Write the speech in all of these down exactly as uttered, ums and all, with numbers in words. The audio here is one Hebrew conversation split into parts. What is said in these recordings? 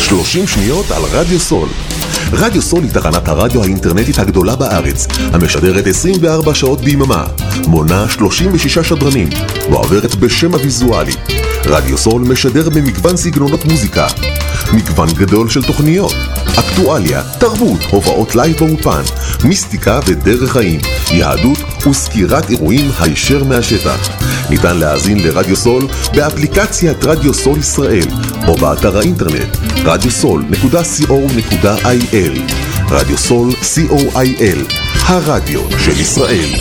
שלושים שניות על רדיו סול. רדיו סול היא תחנת הרדיו האינטרנטית הגדולה בארץ, המשדרת עשרים וארבע שעות ביממה, מונה שלושים ושישה שדרנים, ועוברת בשם הוויזואלי. רדיו סול משדר במגוון סגנונות מוזיקה, מגוון גדול של תוכניות, אקטואליה, תרבות, הופעות לייב באופן, מיסטיקה ודרך חיים, יהדות וסקירת אירועים הישר מהשטח. ניתן להאזין לרדיו סול באפליקציית רדיו סול ישראל או באתר האינטרנט רדיו סול נקודה סי או נקודה איי אל. רדיו סול סי או איי אל, הרדיו של ישראל.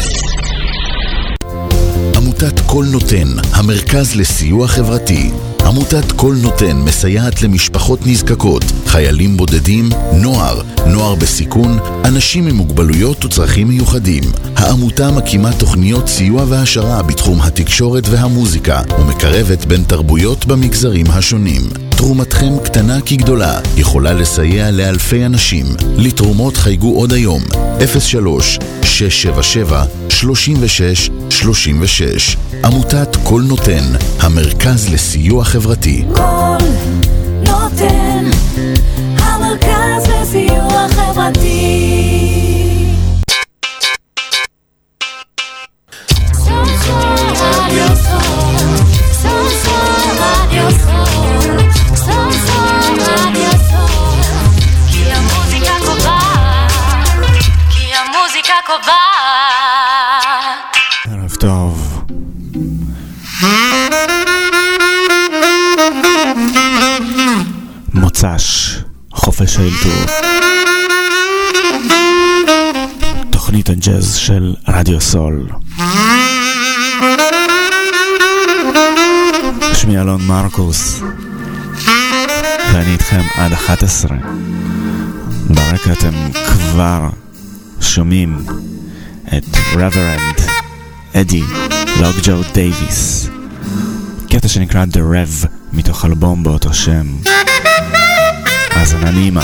עמותת כל נותן, המרכז לסיוע חברתי. עמותת כל נותן מסייעת למשפחות נזקקות, חיילים בודדים, נוער, נוער בסיכון, אנשים עם מוגבלויות וצרכים מיוחדים. העמותה מקימה תוכניות סיוע והשרה בתחום התקשורת והמוזיקה, ומקרבת בין תרבויות במגזרים השונים. תרומתכם קטנה כגדולה, יכולה לסייע לאלפי אנשים. לתרומות חייגו עוד היום, אפס שלוש שש שבע שבע שלושים ושש שלושים ושש. עמותת כל נותן, המרכז לסיוע חברתי. כל נותן, המרכז לסיוע חברתי. ערב טוב. מוצ"ש, חופש האלתור, תוכנית הג'אז של רדיו סול. שמי אלון מרקוס ואני איתכם עד אחת עשרה. ברקע אתם כבר שומעים את רוורנד אדי לוגג'ו דייביס, קטע שנקרא The Rev מתוך אלבום באותו שם. אז נעימה.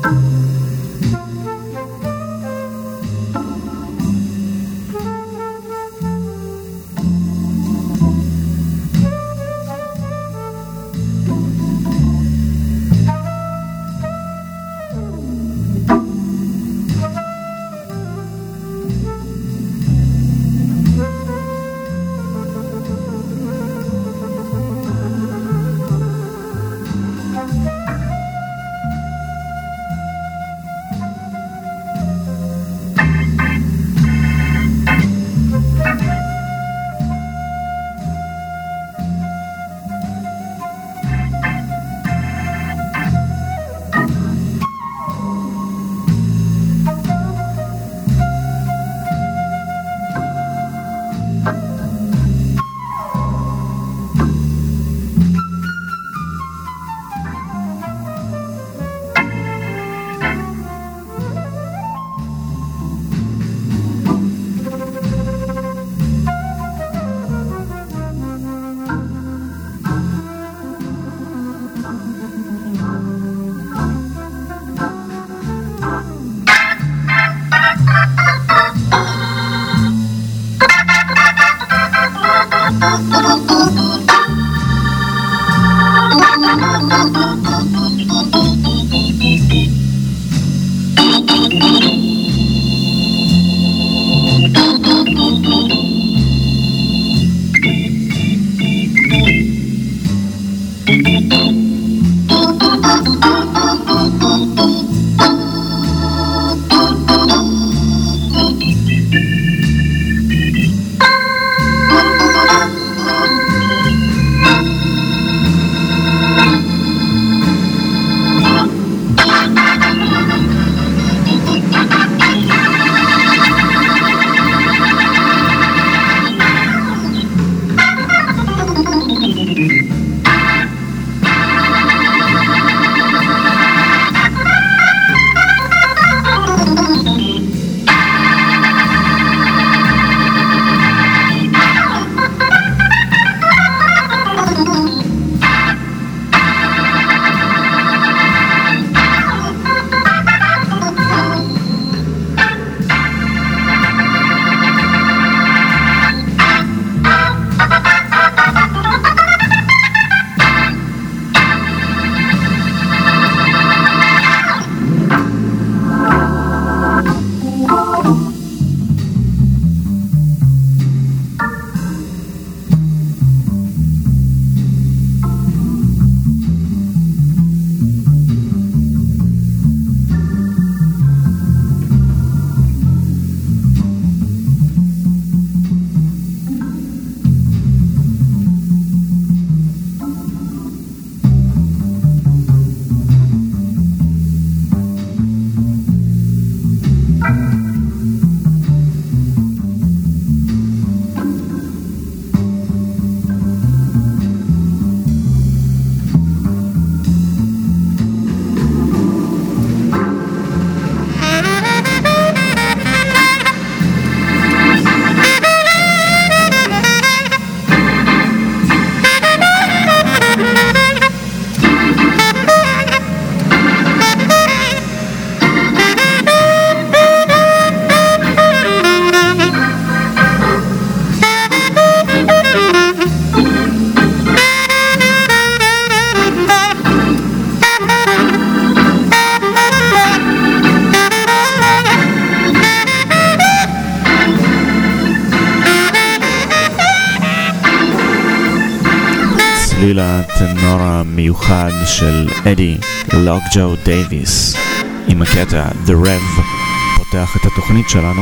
צליל הטנור המיוחד של אדי לוקג'ו דייביס עם הקטע The Rev פותח את התוכנית שלנו,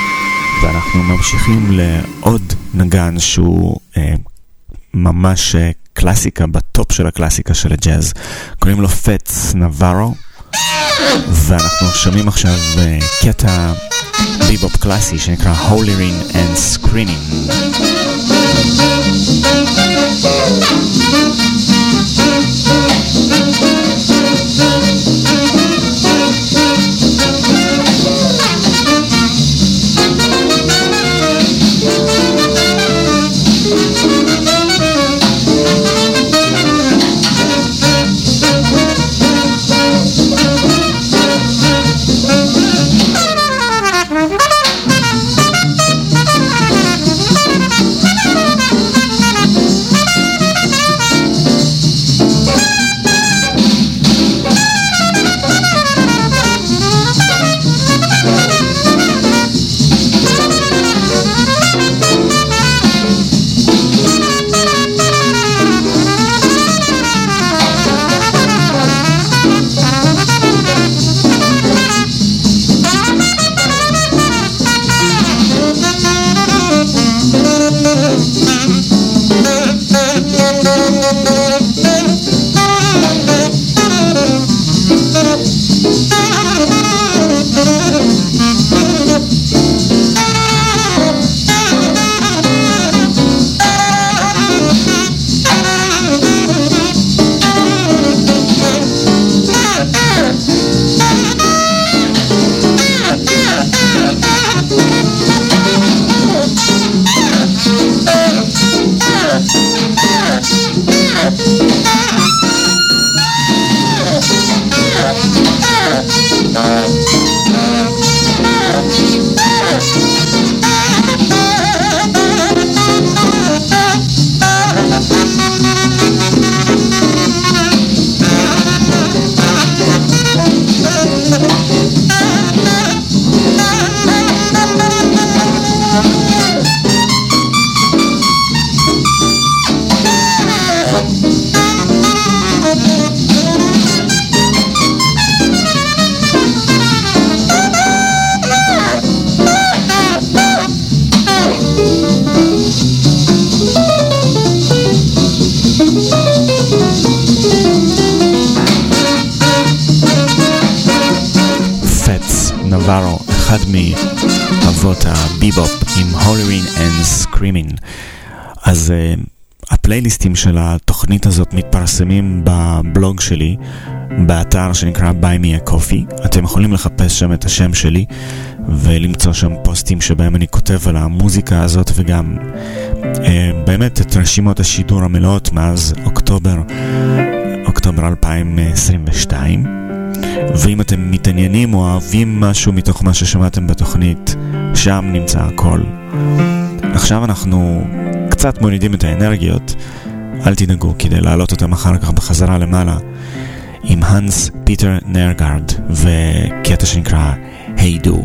ואנחנו ממשיכים לעוד נגן שהוא אה, ממש אה, קלאסיקה, בטופ של הקלאסיקה של הג'אז. קוראים לו פטס נברו, ואנחנו שומעים עכשיו אה, קטע ביבופ קלאסי שנקרא Holy Ring and Screening. נברו, אחד מאבות הביבופ עם Hollering and Screaming. אז uh, הפלייליסטים של התוכנית הזאת מתפרסמים בבלוג שלי, באתר שנקרא Buy Me a Coffee. אתם יכולים לחפש שם את השם שלי ולמצוא שם פוסטים שבהם אני כותב על המוזיקה הזאת, וגם אה, באמת את רשימות השידור המלאות מאז אוקטובר אוקטובר אלפיים עשרים ושתיים. ואם אתם מתעניינים או אוהבים משהו מתוך מה ששמעתם בתוכנית, שם נמצא הכל. עכשיו אנחנו קצת מורידים את האנרגיות, אל תדאגו, כדי להעלות אותם אחר כך בחזרה למעלה עם הנס פיטר נרגרד וקטע שנקרא Hey Do.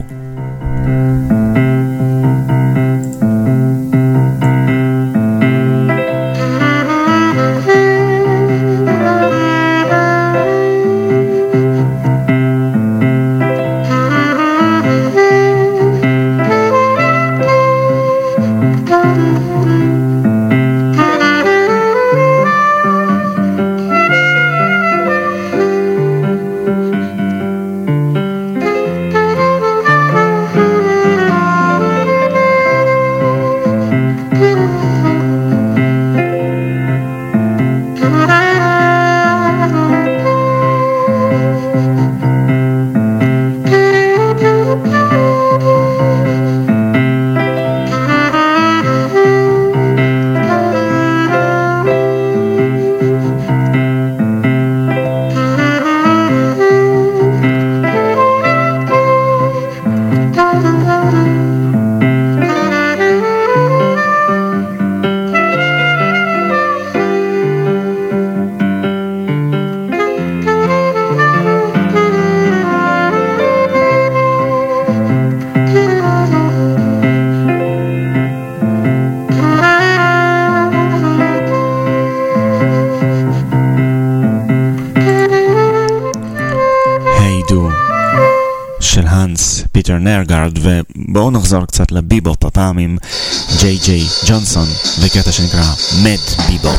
פיטר נרגרד, ובואו נחזור קצת לביבופ, הפעם עם ג'יי ג'יי ג'ונסון וקטע שנקרא מד ביבופ.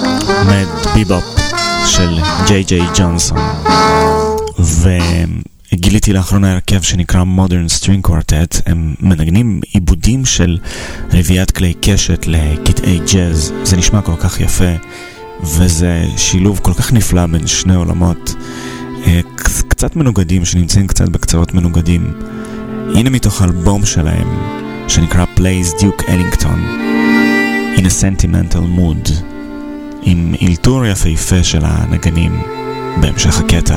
ביבופ של ג'יי ג'יי ג'ונסון. גיליתי לאחרונה הרכב שנקרא Modern String Quartet. הם מנגנים עיבודים של רביעיית כלי קשת לקטעי ג'אז. זה נשמע כל כך יפה, וזה שילוב כל כך נפלא בין שני עולמות קצת מנוגדים, שנמצאים קצת בקצוות מנוגדים. הנה מתוך אלבום שלהם שנקרא Plays Duke Ellington In a Sentimental Mood, עם אילתור יפהפה של הנגנים בהמשך הקטע.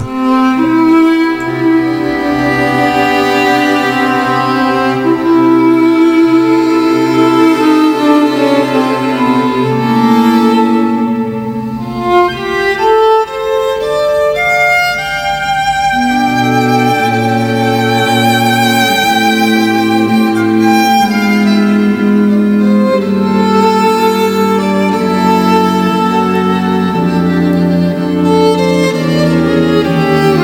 Thank you.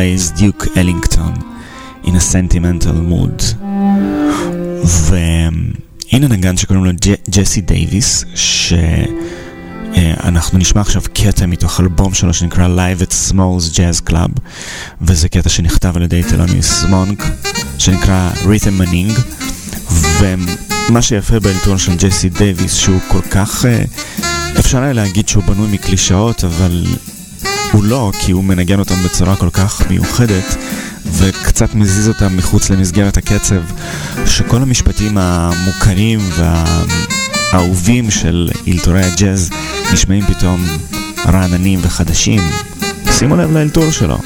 plays Duke Ellington in a sentimental mood. והנה נגן שקוראים לו ג'סי דייביס, שאנחנו נשמע עכשיו קטע מתוך אלבום שלו שנקרא Live at Smalls Jazz Club, וזה קטע שנכתב על ידי תלוניס מונק שנקרא Rhythm Manning. ומה שיפה באלתור של ג'סי דייביס שהוא כל כך, אפשר היה להגיד שהוא בנוי מקלישאות, אבל הוא לא, כי הוא מנגן אותם בצורה כל כך מיוחדת וקצת מזיז אותם מחוץ למסגרת הקצב, שכל המשפטים המוכרים והאהובים של אלתורי הג'אז נשמעים פתאום רעננים וחדשים. שימו לב לאלתור שלו.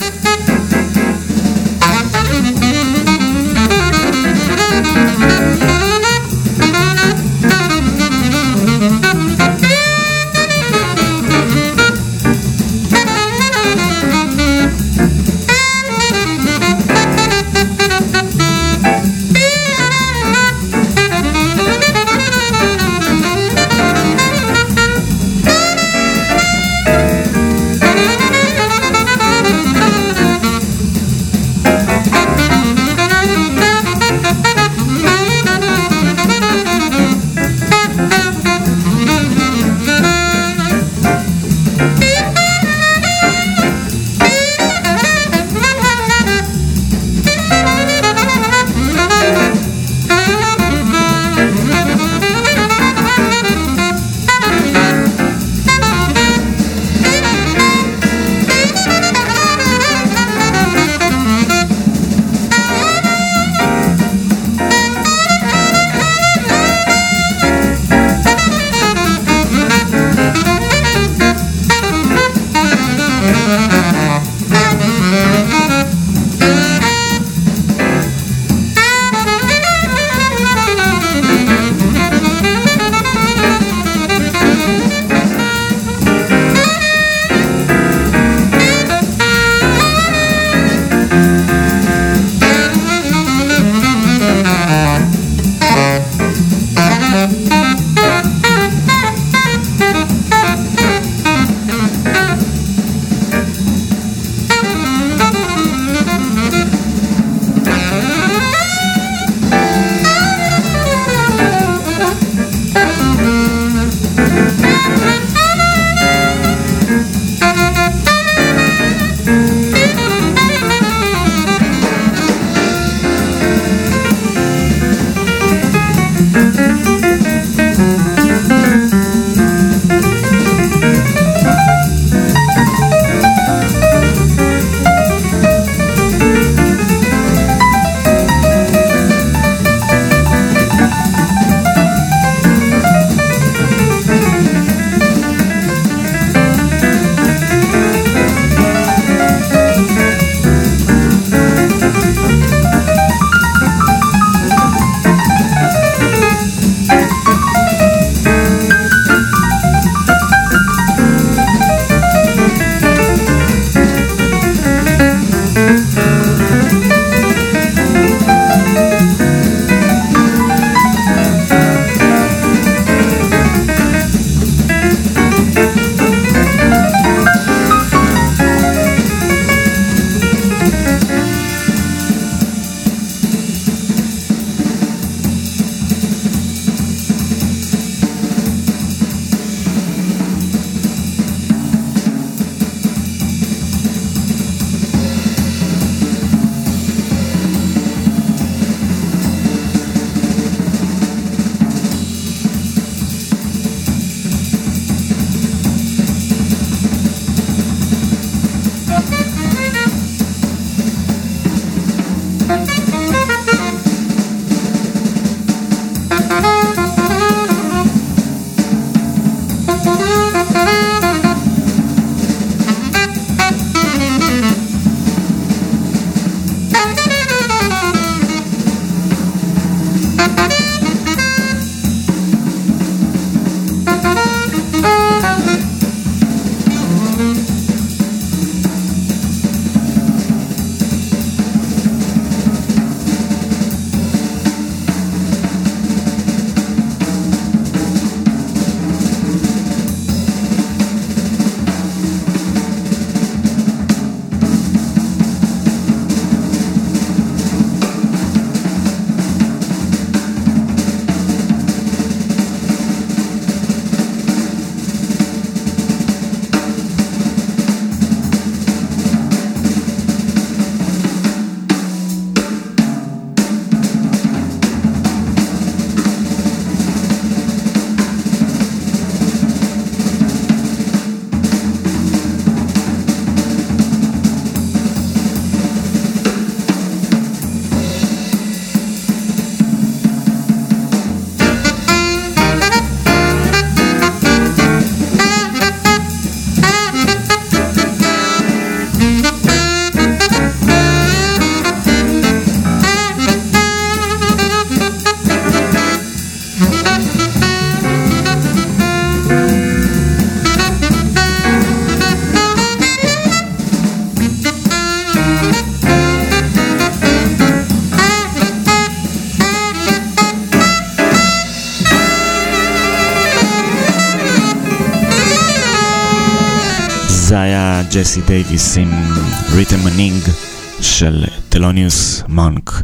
ג'סי דייביס עם ריתם מנינג של טלוניוס מונק.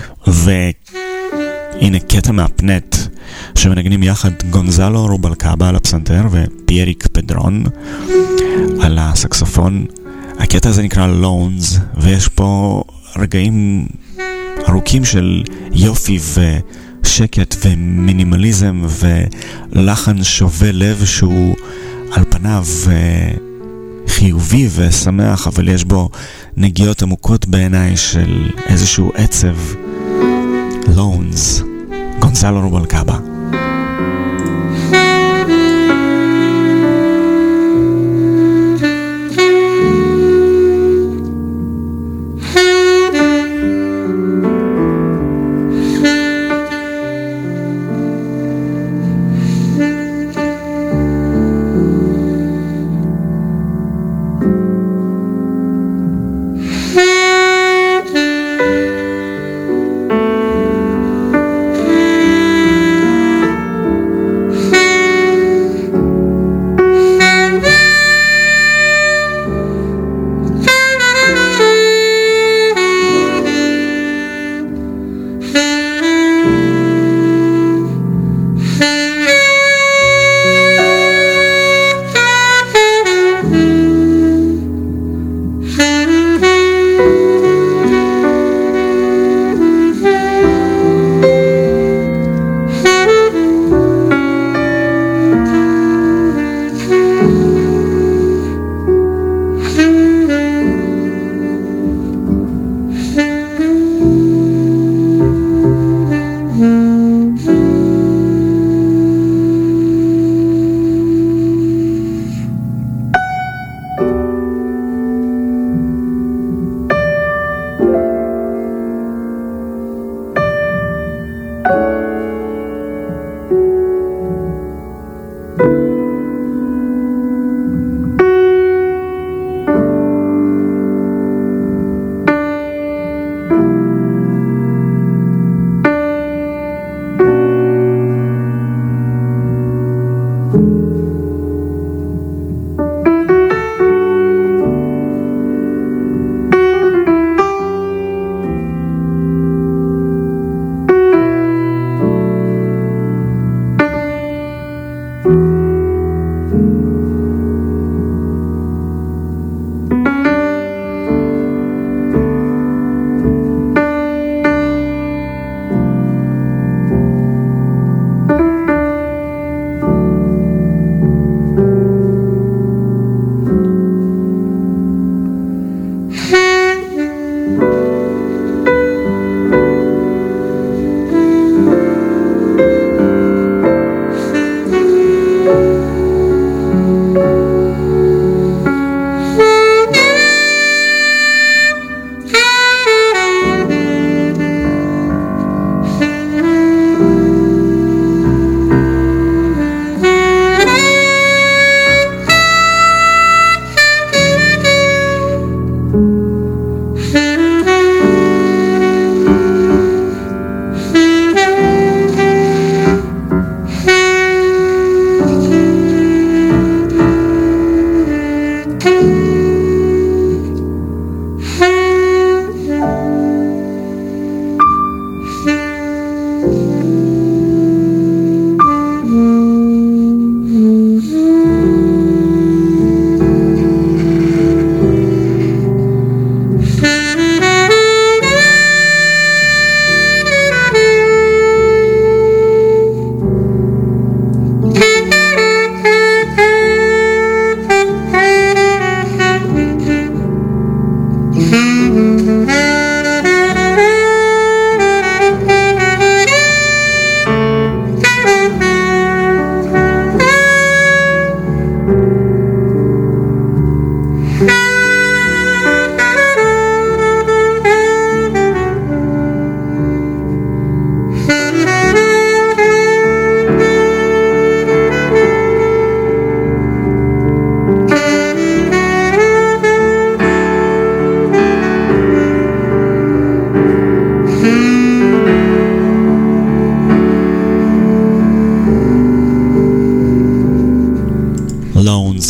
והנה קטע מהפנט שמנגנים יחד גונזלו רובלקאבה על הפסנתר ופייריק פדרון על הסקסופון. הקטע הזה נקרא לונס, ויש פה רגעים ארוכים של יופי ושקט ומינימליזם ולחן שובה לב שהוא על פניו חיובי ושמח, אבל יש בו נגיעות עמוקות בעיניי של איזשהו עצב. לונס, גונזלו רובלקאבה.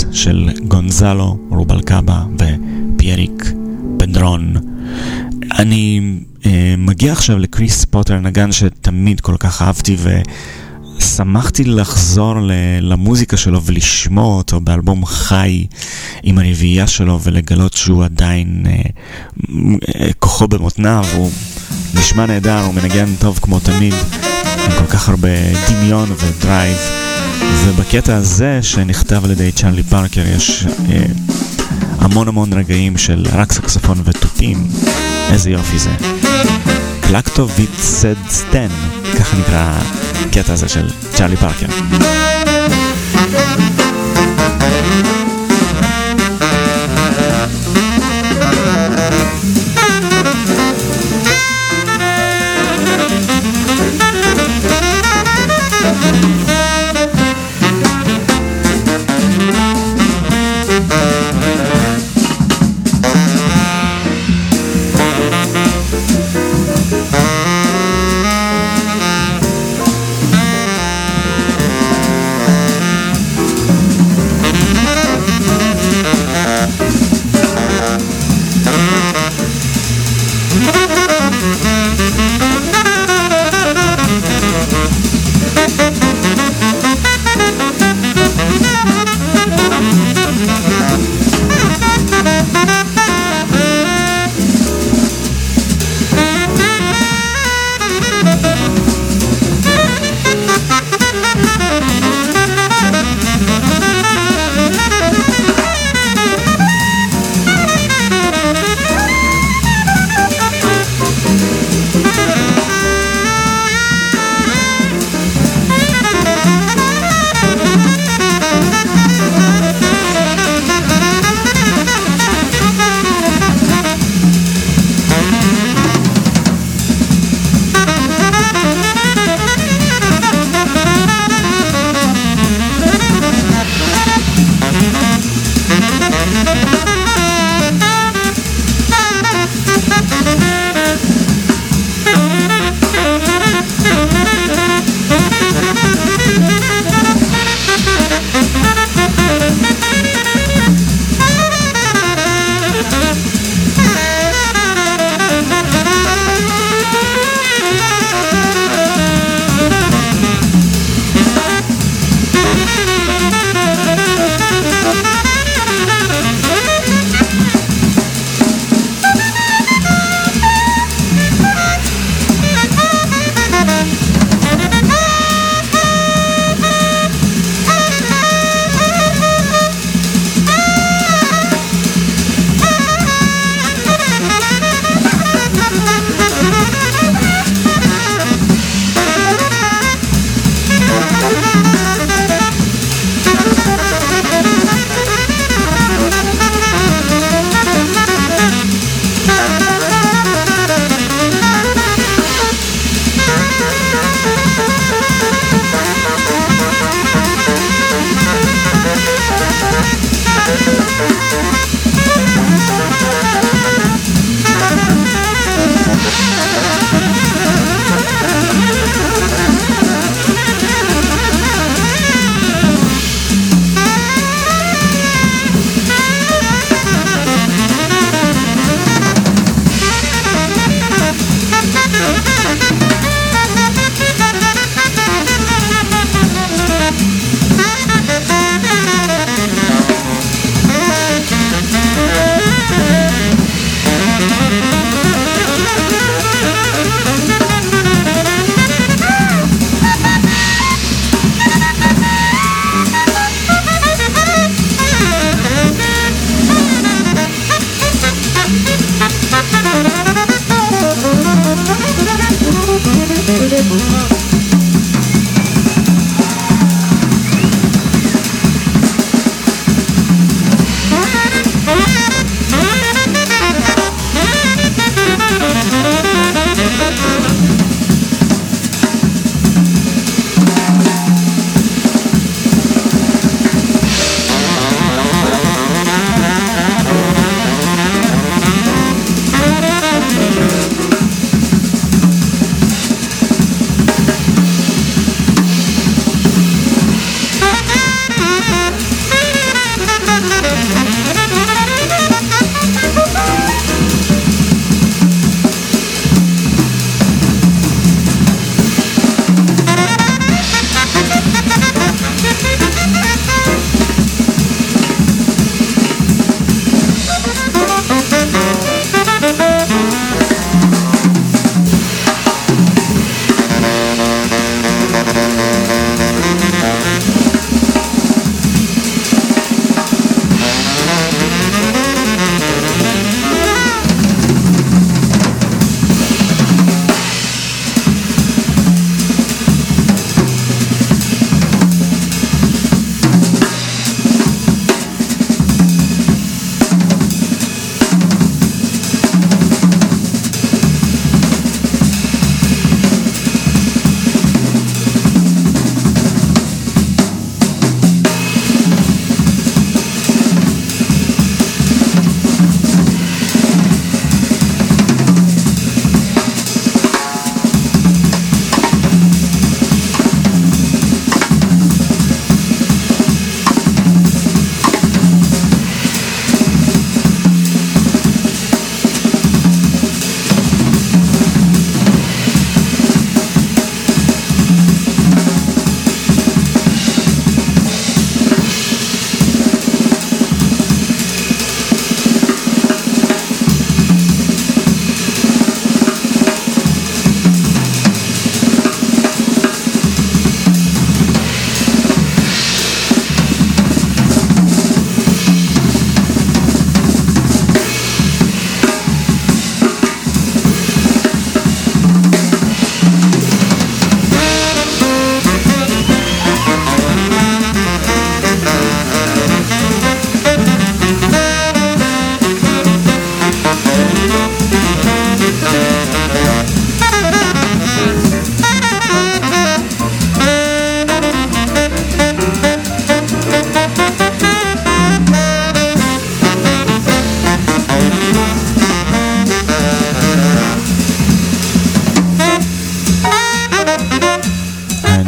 של גונזלו רובלקאבה ופייריק פדרון. אני אה, מגיע עכשיו לקריס פוטר, נגן שתמיד כל כך אהבתי ושמחתי לחזור למוזיקה שלו ולשמוע אותו באלבום חי עם הרביעייה שלו ולגלות שהוא עדיין אה, אה, כוחו במותניו, הוא נשמע נהדר, הוא מנגן טוב כמו תמיד, עם כל כך הרבה דמיון ודרייב. ובקטע הזה שנכתב על ידי צ'ארלי פארקר יש אה, המון המון רגעים של רק סקסופון וטוטים. איזה יופי זה. קלקטוביצדסטן, ככה נקרא הקטע הזה של צ'ארלי פארקר.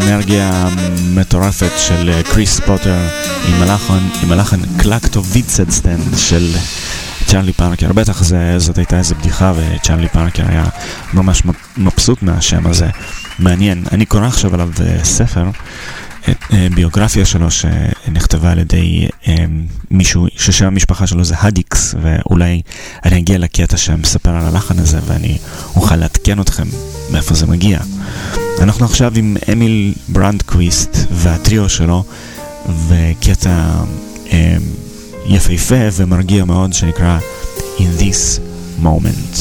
אנרגיה מטורפת של קריס פוטר עם הלחן, עם הלחן קלקטו ויצדסטן של צ'רלי פארקר. בטח זה, זאת הייתה איזו בדיחה, וצ'רלי פארקר היה ממש מבסוט מהשם הזה. מעניין. אני קורא עכשיו עליו ספר, ביוגרפיה שלו שנכתבה על ידי מישהו ששם המשפחה שלו זה הדיקס, ואולי אני אגיע לקטע שמספר על הלחן הזה ואני אוכל להתקן אתכם מאיפה זה מגיע. אנחנו עכשיו עם אמיל ברנדקוויסט והטריו שלו, וקטע יפהפה ומרגיע מאוד שנקרא In This Moment.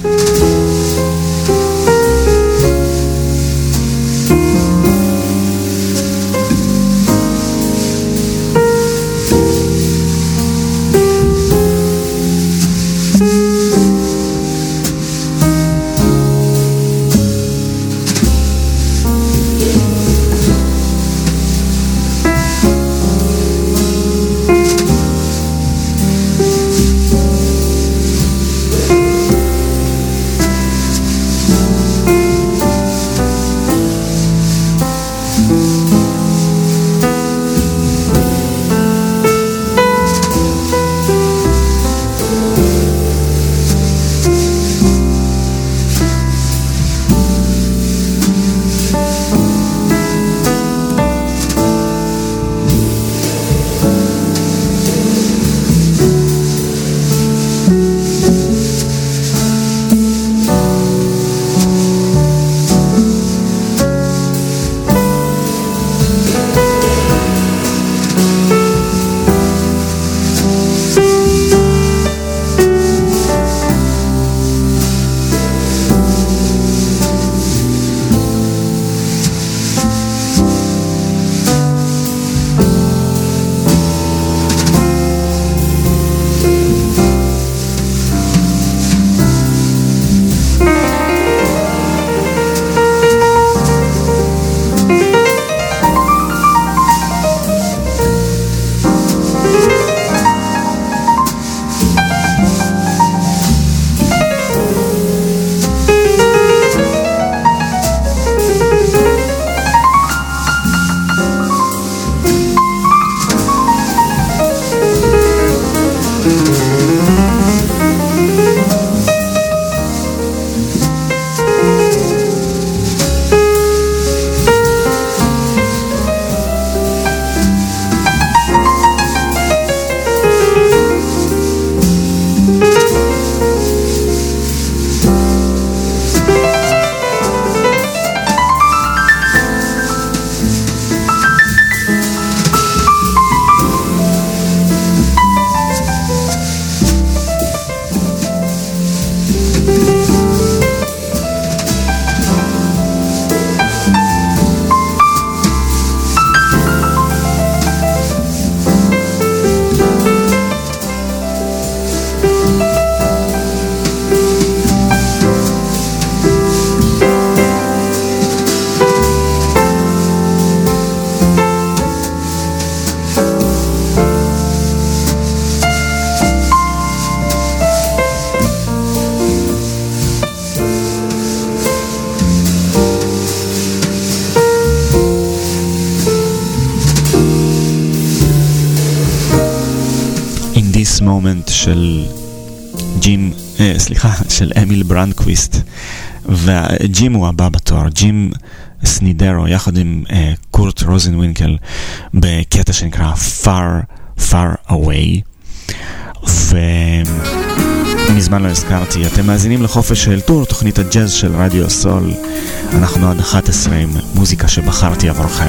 מומנט של ג'ים, אה, סליחה, של אמיל ברנדקוויסט, וג'ים הוא הבא בתואר, ג'ים סנידרו, יחד עם אה, קורט רוזנווינקל, בקטע שנקרא Far Far Away. ומזמן לא הזכרתי, אתם מאזינים לחופש של טור, תוכנית הג'אז של רדיו סול. אנחנו עד אחת עשרה עם מוזיקה שבחרתי עבורכם.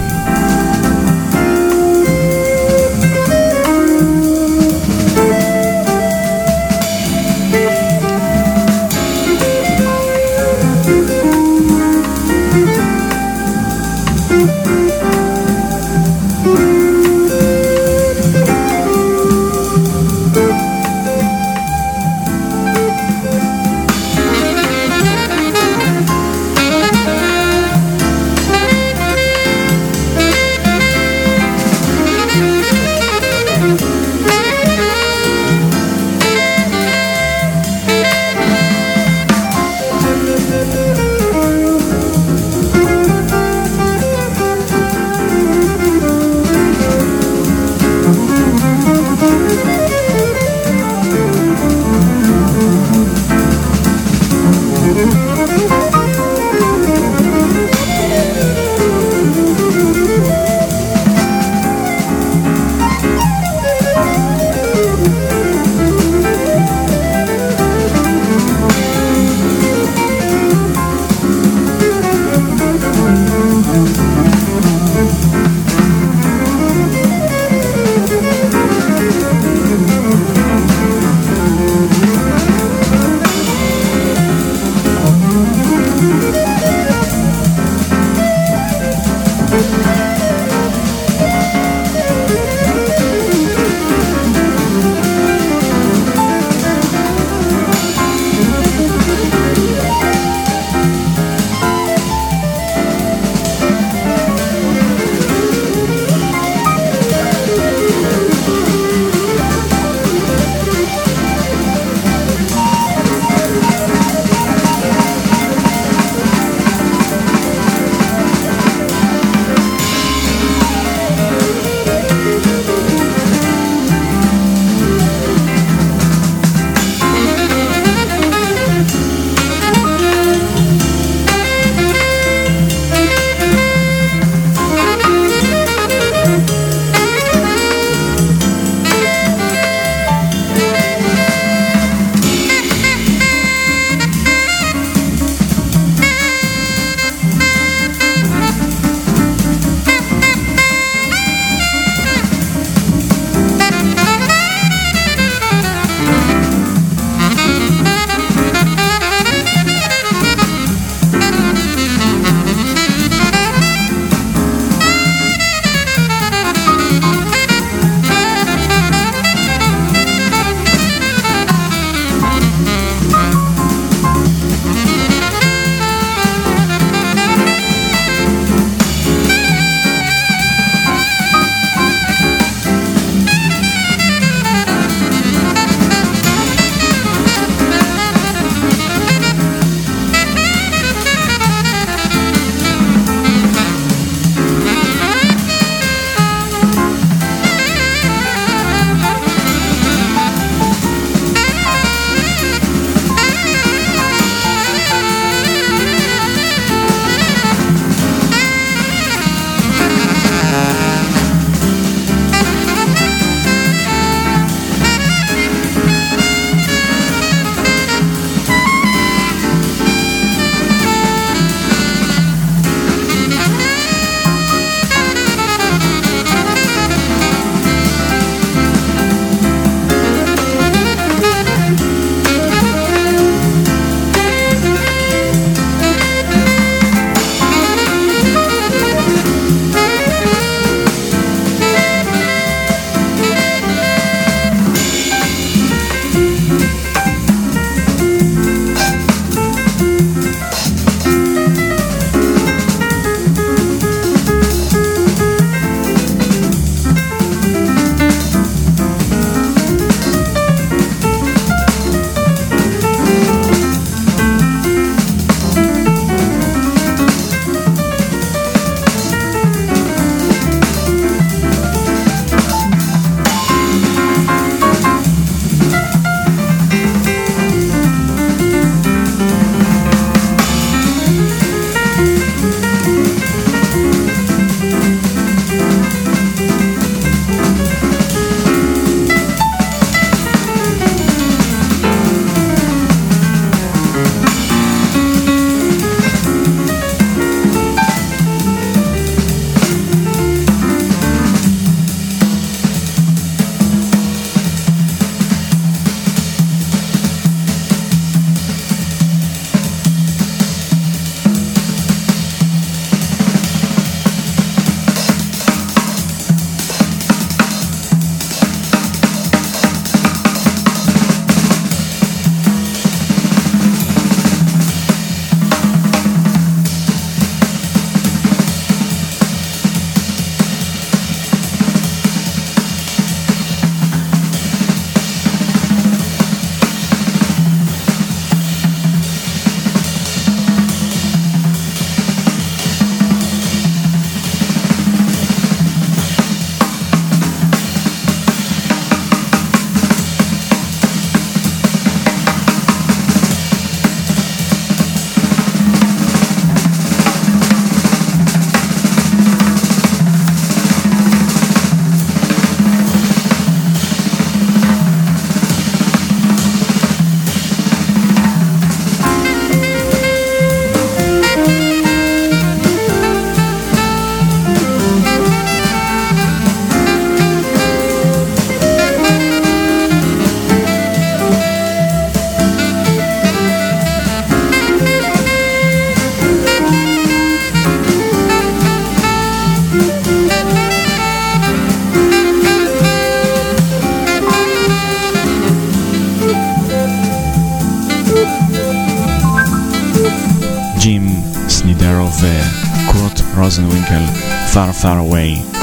קורט רוזנווינקל, Far Far Away.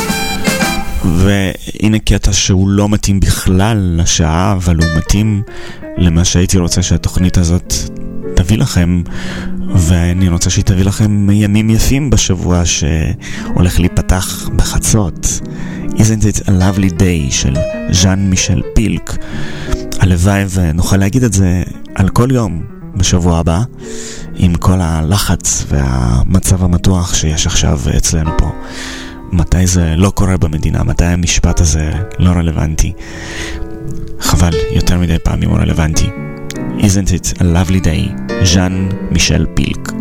והנה קטע שהוא לא מתאים בכלל לשעה, אבל הוא מתאים למה שהייתי רוצה שהתוכנית הזאת תביא לכם, ואני רוצה שהיא תביא לכם ימים יפים בשבוע שהולך להיפתח בחצות. Isn't it a lovely day של ז'אן מישל פילק. הלוואי ונוכל להגיד את זה על כל יום בשבוע הבא, עם כל הלחץ והמצב המתוח שיש עכשיו אצלנו פה. מתי זה לא קורה במדינה, מתי המשפט הזה לא רלוונטי. חבל, יותר מדי פעמים הוא רלוונטי. Isn't it a lovely day, ז'אן מישל פילק.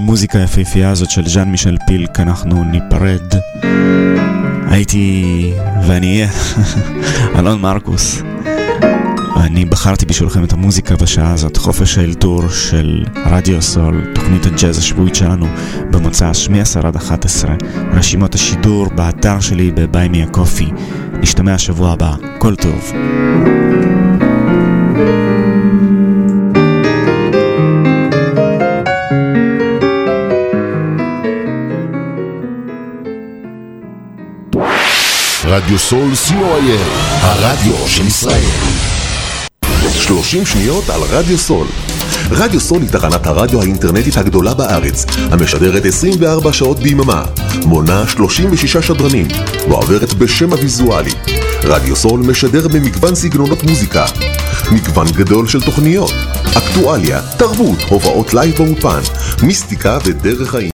המוזיקה היפהפייה הזאת של ז'אן מישל פילק אנחנו ניפרד. הייתי ואני אהיה אלון מרקוס. אני בחרתי בשבילכם את המוזיקה בשעה הזאת, חופש האלתור של רדיו סול, תוכנית הג'אז השבועית שלנו במוצא מ-עשר עד אחת עשרה, רשימות השידור באתר שלי בביי מי הקופי. נשתמע השבוע הבא, כל טוב. רדיו סול סי או איי אל, הרדיו של ישראל. שלושים שניות על רדיו סול. רדיו סול היא תחנת הרדיו האינטרנטית הגדולה בארץ, המשדרת עשרים וארבע שעות ביממה, מונה שלושים ושישה שדרנים, ועוברת בשם הוויזואלי. רדיו סול משדר במגוון סגנונות מוזיקה, מגוון גדול של תוכניות, אקטואליה, תרבות, הופעות לייב באופן, מיסטיקה ודרך חיים.